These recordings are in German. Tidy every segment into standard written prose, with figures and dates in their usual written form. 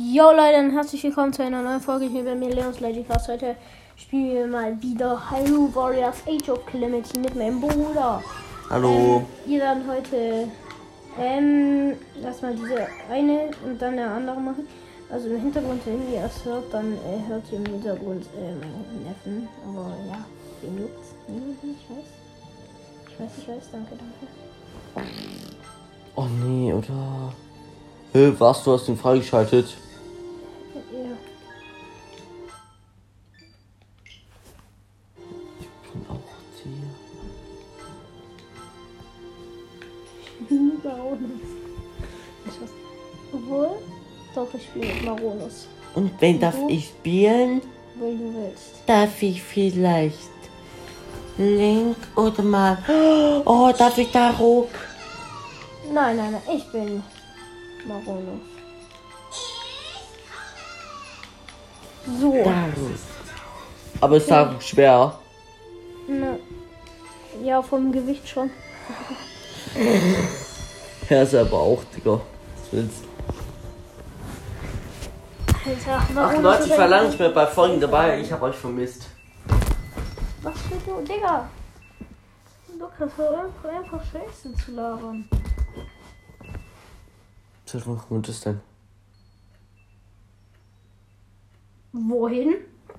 Jo Leute, und herzlich willkommen zu einer neuen Folge hier bei mir, Leons Legicast. Heute spielen wir mal wieder Hyrule Warriors Age of Calamity mit meinem Bruder. Hallo. Wir werden heute erstmal diese eine und dann eine andere machen. Also im Hintergrund, wenn ihr es hört, dann hört ihr im Hintergrund meinen Neffen. Aber ja, den juckt's. Ich weiß, danke. Oh nee, oder? Was? Du hast ihn freigeschaltet? Ja. Ich bin auch hier. Obwohl, doch, ich spiele mit Maronus. Und wen darf ich spielen? Weil du willst. Darf ich vielleicht Link oder mal... Oh, darf ich Daruk? Nein, ich bin Maronus. So. Daruk. Aber ist Daruk schwer? Ne. Ja, vom Gewicht schon. Ja, ist aber auch, Digga. Was willst du? Alter, Ach Leute, ich war lange nicht mehr bei Folgen dabei. Ich habe euch vermisst. Was für du, Digga? Lukas, hör einfach Scheiße zu labern. Was kommt das denn? Wohin?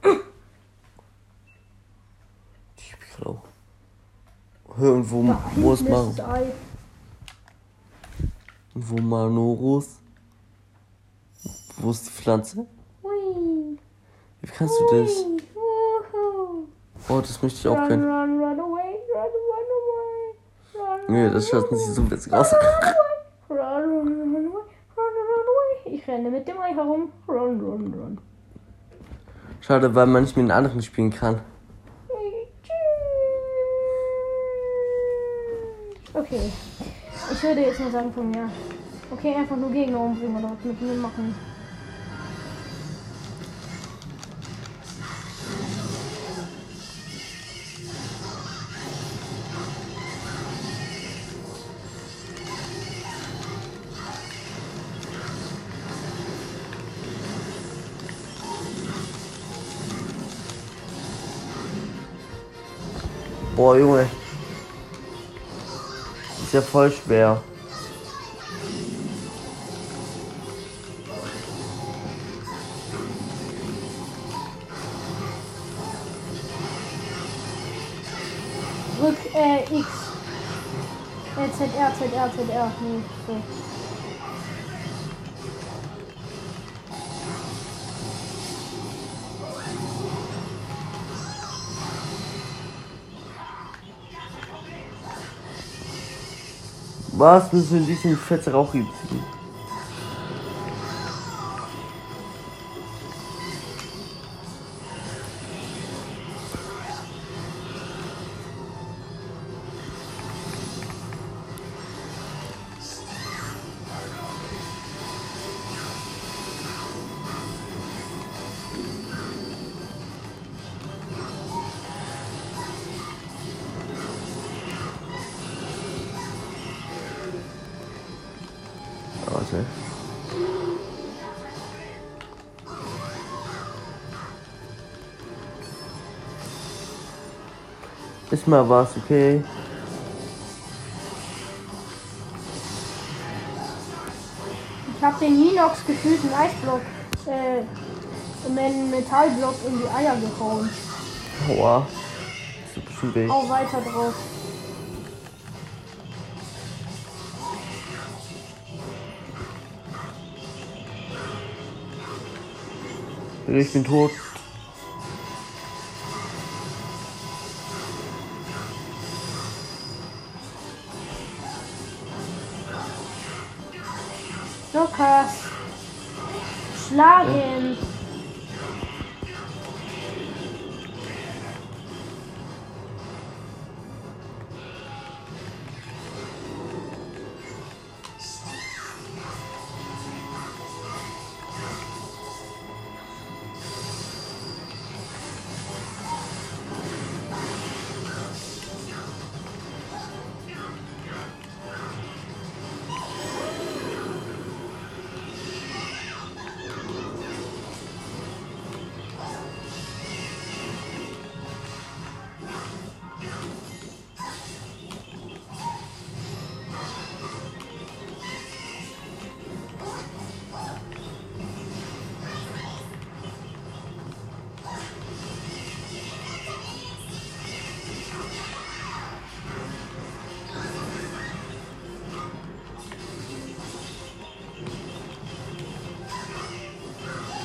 Ich bin gerade auch. Und wo ist Maru? Wo Manorus? Wo ist die Pflanze? Hui. Wie kannst du das? Wuhu. Oh, das möchte ich auch können. Run away. Nee, das schaut nicht so witzig aus. Run away. Ich renne mit dem Ei herum. Run. Schade, weil man nicht mit den anderen spielen kann. Okay. Ich würde jetzt nur sagen von mir. Okay, einfach nur Gegner umbringen oder was mit mir machen. Boah, Junge. Ist ja voll schwer. Drück X. ZR. Nee, so. Was müssen wir diesen fette Rauch ziehen? Warte. Ist mal was, okay? Ich hab den Inox gefühlten Eisblock, einen Metallblock in die Eier gehauen. Aua. Das ist bestimmt weh. Hau weiter drauf. Ich bin tot. Lukas. Schlagen.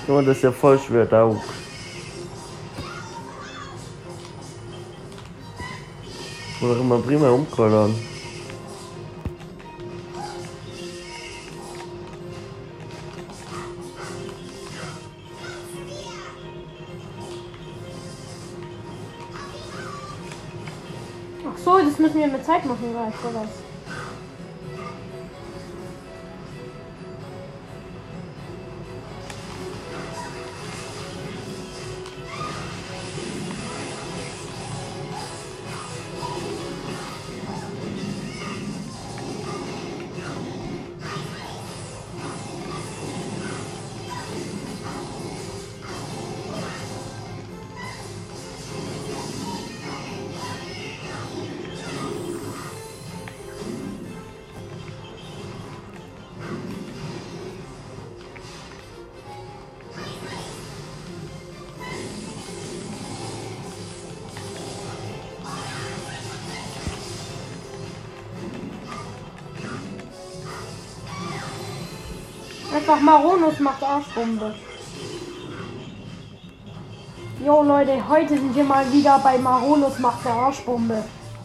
Nur das ist ja voll schwer da. Oder immer prima umgehauen. Ach so, das müssen wir mit Zeit machen gleich, oder was? Einfach Maronus macht Arschbombe. Jo Leute, heute sind wir mal wieder bei Maronus macht der Arschbombe.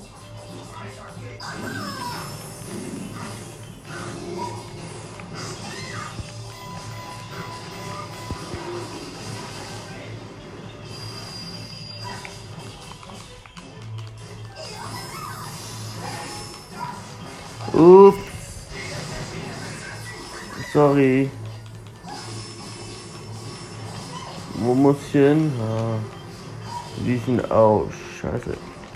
Ups. Sorry. Wo muss ich hin? Ah. Die sind aus. Scheiße.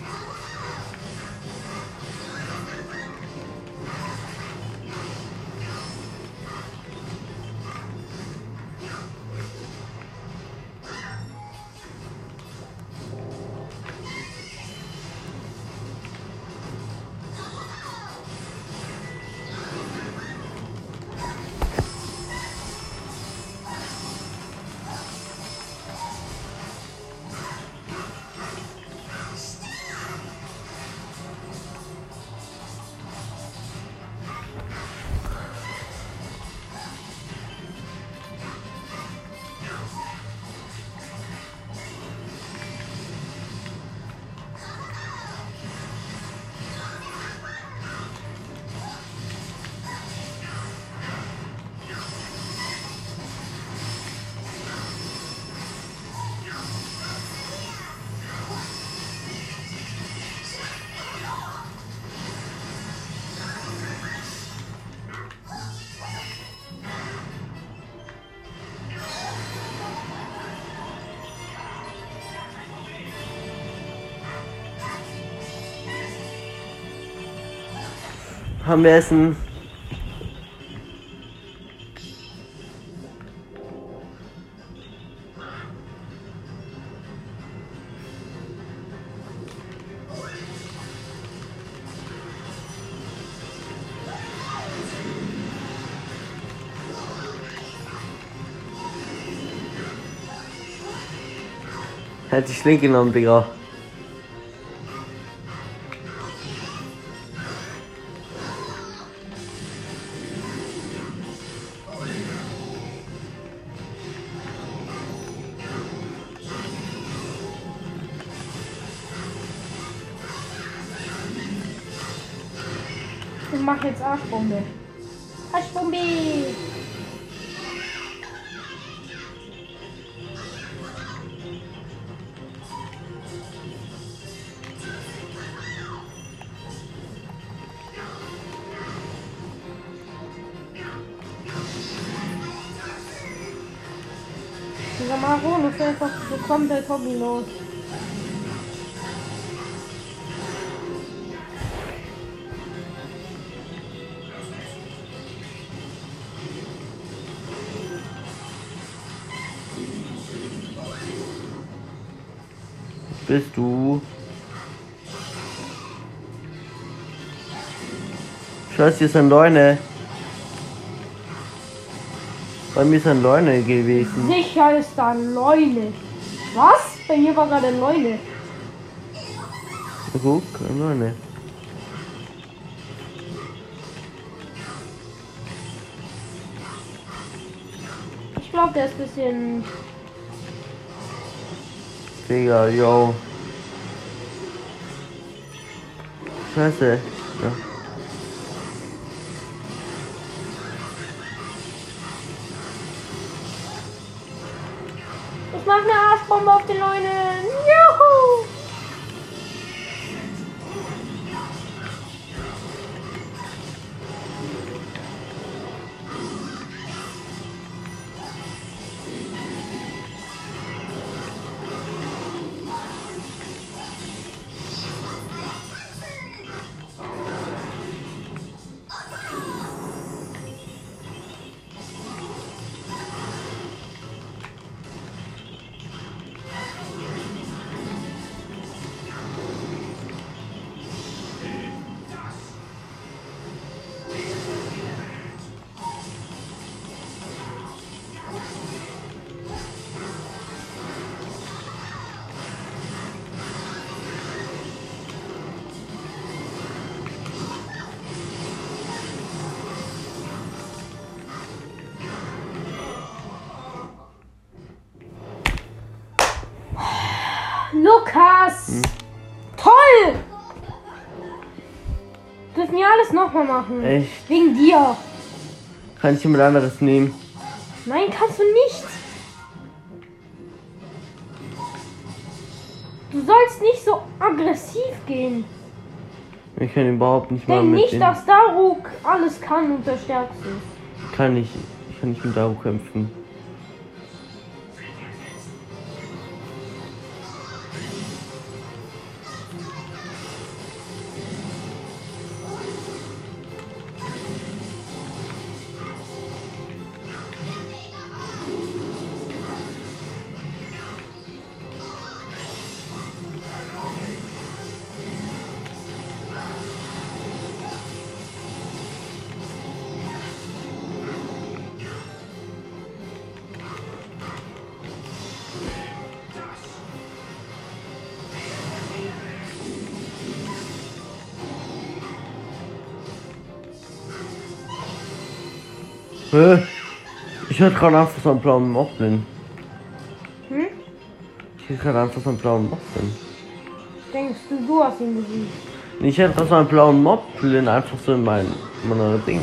Haben wir Essen? Hätte ich Link genommen, Digga. Ich mache jetzt Arschbombe. Arschbombe! Dieser Maronus ist einfach so komplett hobbylos. Bist du? Scheiße, hier sind Leune. Bei mir sind Leune gewesen. Sicher ist da Leune. Was? Bei mir war gerade Leune. Na guck, Leune. Ich glaube, der ist ein bisschen... Digga, yo. Scheiße. Ja. Ich mach eine Arschbombe auf den Leunen. Juhu! Lukas! Toll! Dürfen wir alles nochmal machen. Echt? Wegen dir. Kann ich jemand anderes nehmen? Nein, kannst du nicht. Du sollst nicht so aggressiv gehen. Ich kann überhaupt nicht mal Denk mit nicht, dem... dass Daruk alles kann und der Stärkste ist. Kann ich. Ich kann nicht mit Daru kämpfen. Ich hatte gerade einfach so einen blauen Moblin. Hm? Ich hatte gerade einfach so einen blauen Moblin. Denkst du, du hast ihn besiegt? Ich hatte gerade so einen blauen Moblin einfach so in meiner Ding.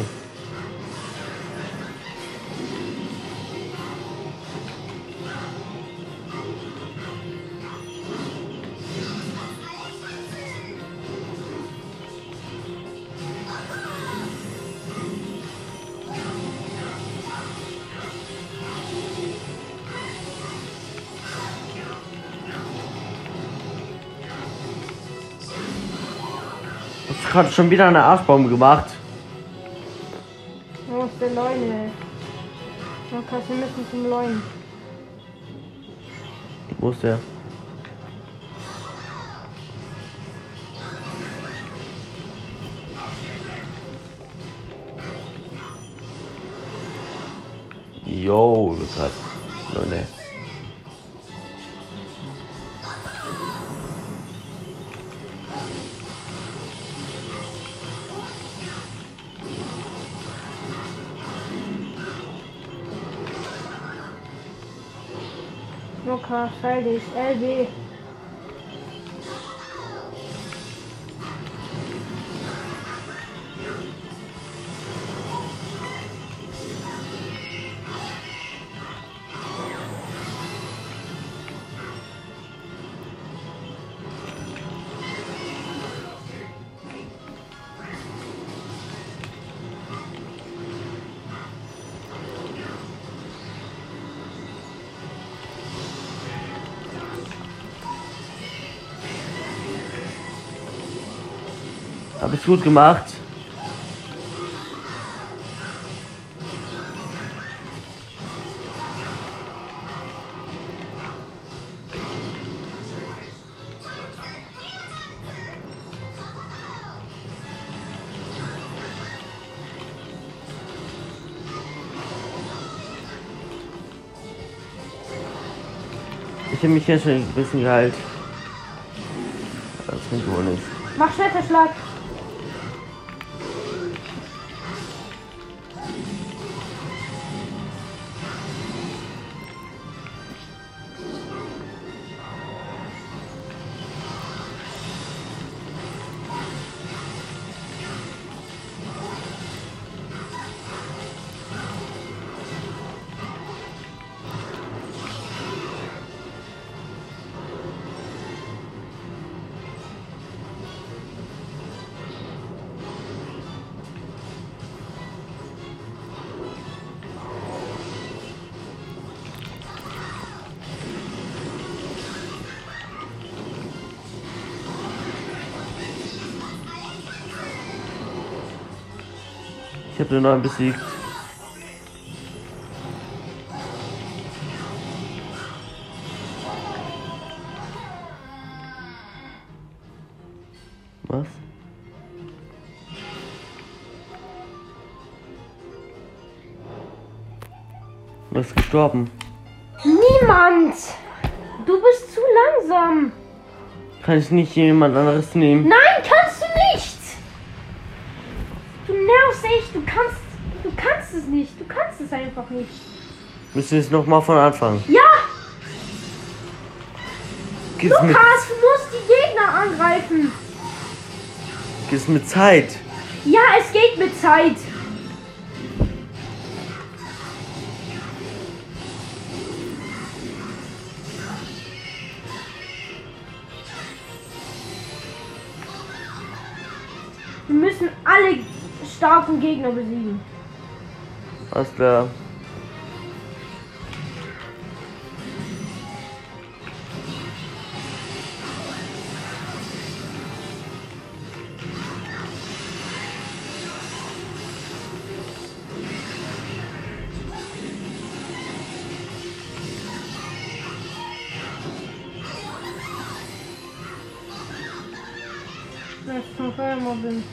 Ich habe schon wieder eine Arschbombe gemacht. Wo ist der Leune? Lukas, wir müssen zum Leuen. Wo ist der? Yo, Lukas. Leute. Lukas, heil dich. LB. Hab ich gut gemacht. Ich habe mich jetzt schon ein bisschen geheilt. Das bringt wohl nichts. Mach Schmetterschlag. habe den neuen besiegt. Was? Du bist gestorben. Niemand! Du bist zu langsam. Kann ich nicht jemand anderes nehmen? Nein, kannst du nicht! Du nervst echt, du kannst es nicht. Du kannst es einfach nicht. Müssen wir es nochmal von Anfang? Ja! Gib's mit, Lukas, du musst die Gegner angreifen. gib's mit Zeit. Ja, es geht mit Zeit. Wir müssen alle starken Gegner besiegen. Alles klar. Das ist von Feuermobbing.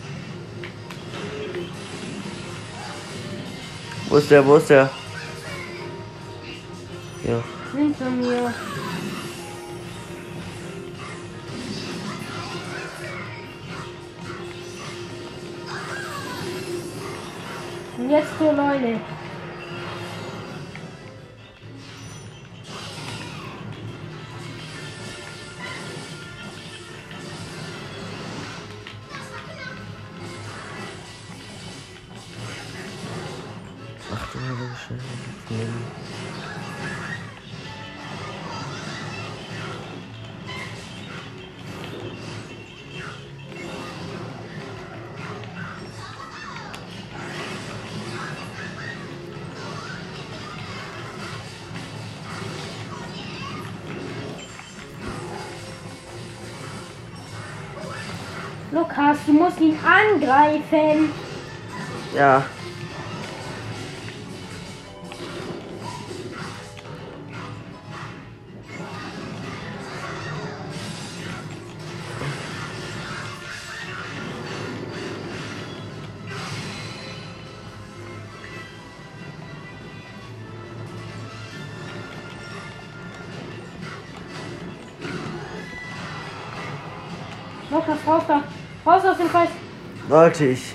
Wo ist der? Wo ist der? Ja. Hinter mir. Und jetzt zur Leute. Ach du Scheiße. Lukas, du musst ihn angreifen. Ja. Lukas, raus da. Raus aus dem Kreis. Wollte ich.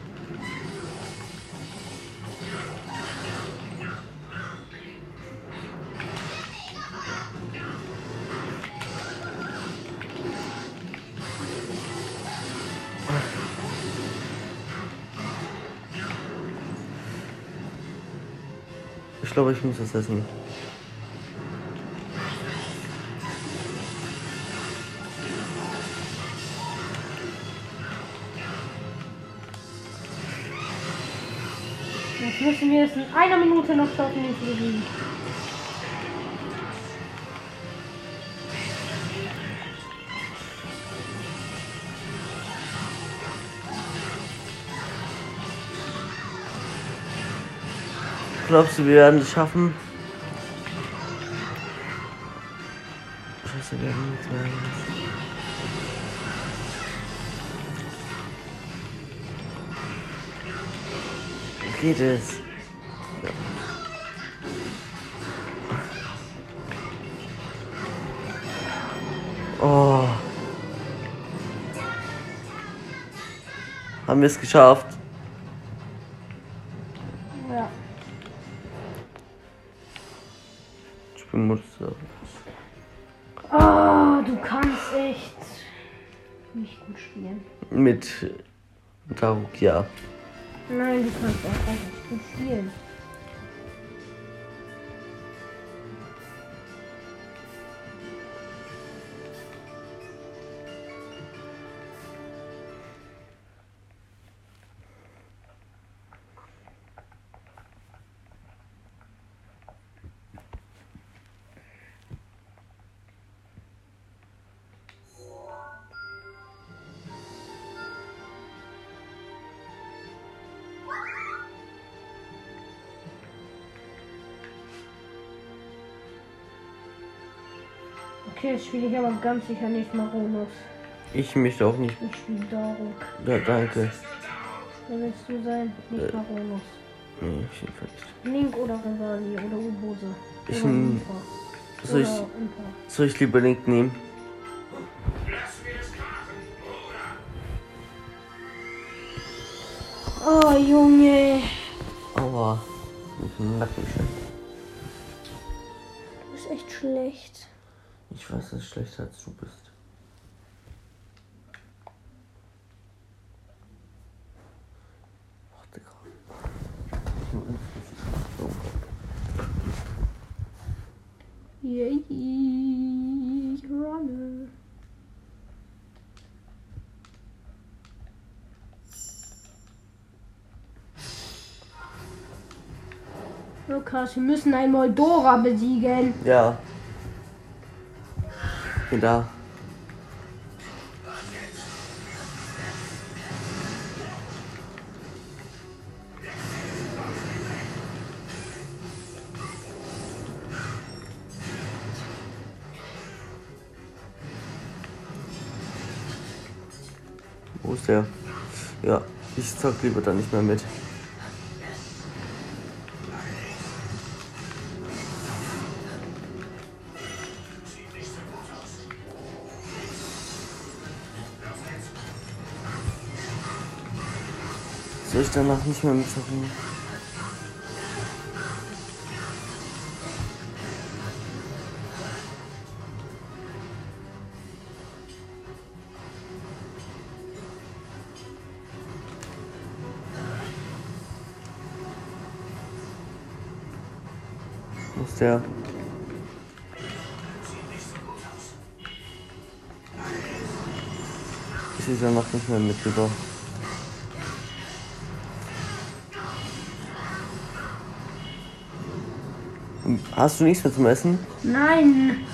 Ich glaube, ich muss das essen. Jetzt müssen wir es in einer Minute noch schaffen, ihn zu besiegen. Glaubst du, wir werden es schaffen? Scheiße, wir werden nichts mehr. Geht es? Ja. Oh. Haben wir es geschafft? Ja. Spielmodus. Oh, du kannst echt nicht gut spielen. Mit Taruk, ja. Nein, du kannst einfach nicht gut spielen. Okay, jetzt spiele ich aber ganz sicher nicht Maronus. Ich möchte auch nicht. Ich spiele Daruk. Ja, danke. Wer willst du sein? Nicht Maronus. Nee, ich jedenfalls nicht. Link oder Rivali oder U-Bose. Ich Oder nehm- Impa. Soll ich lieber Link nehmen? Oh, Junge. Aua. Nacken schon. Du bist echt schlecht. Ich weiß, dass ich schlechter als du bist. Ach, Digga. Yay, runner. Lukas, wir müssen ein Moldora besiegen. Ja. Geh da. Wo ist der? Ja, ich zock lieber da nicht mehr mit. Soll ich danach nicht mehr mitzocken? Wo ist der? Ich sehe danach nicht mehr mit rüber. Hast du nichts mehr zum Essen? Nein.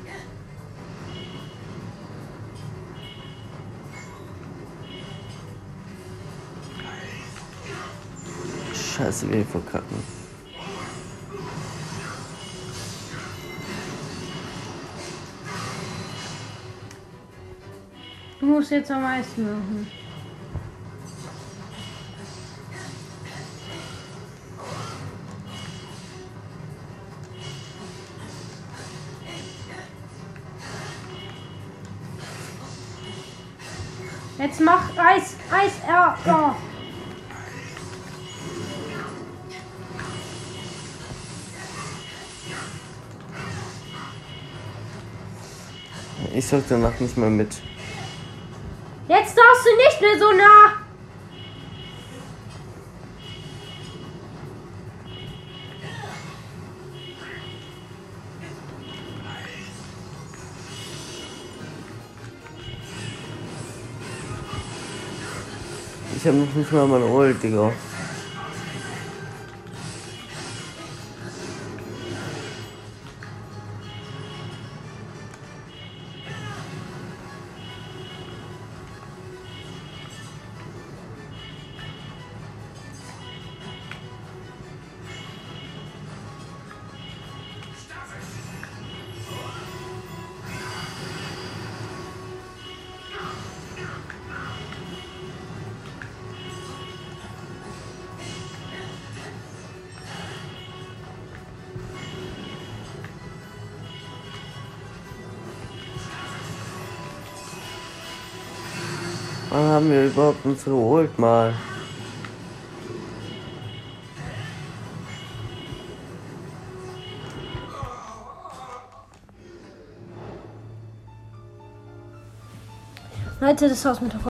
Scheiße, wir verkacken. Du musst jetzt am meisten machen. Jetzt mach Eis, oh. Ich sag danach nicht mehr mit. Jetzt darfst du nicht mehr so nah. Ich hab noch nicht mal meine Ult, Digga. Wann haben wir überhaupt unsere Ult mal? Leute, das war's mit der Folge.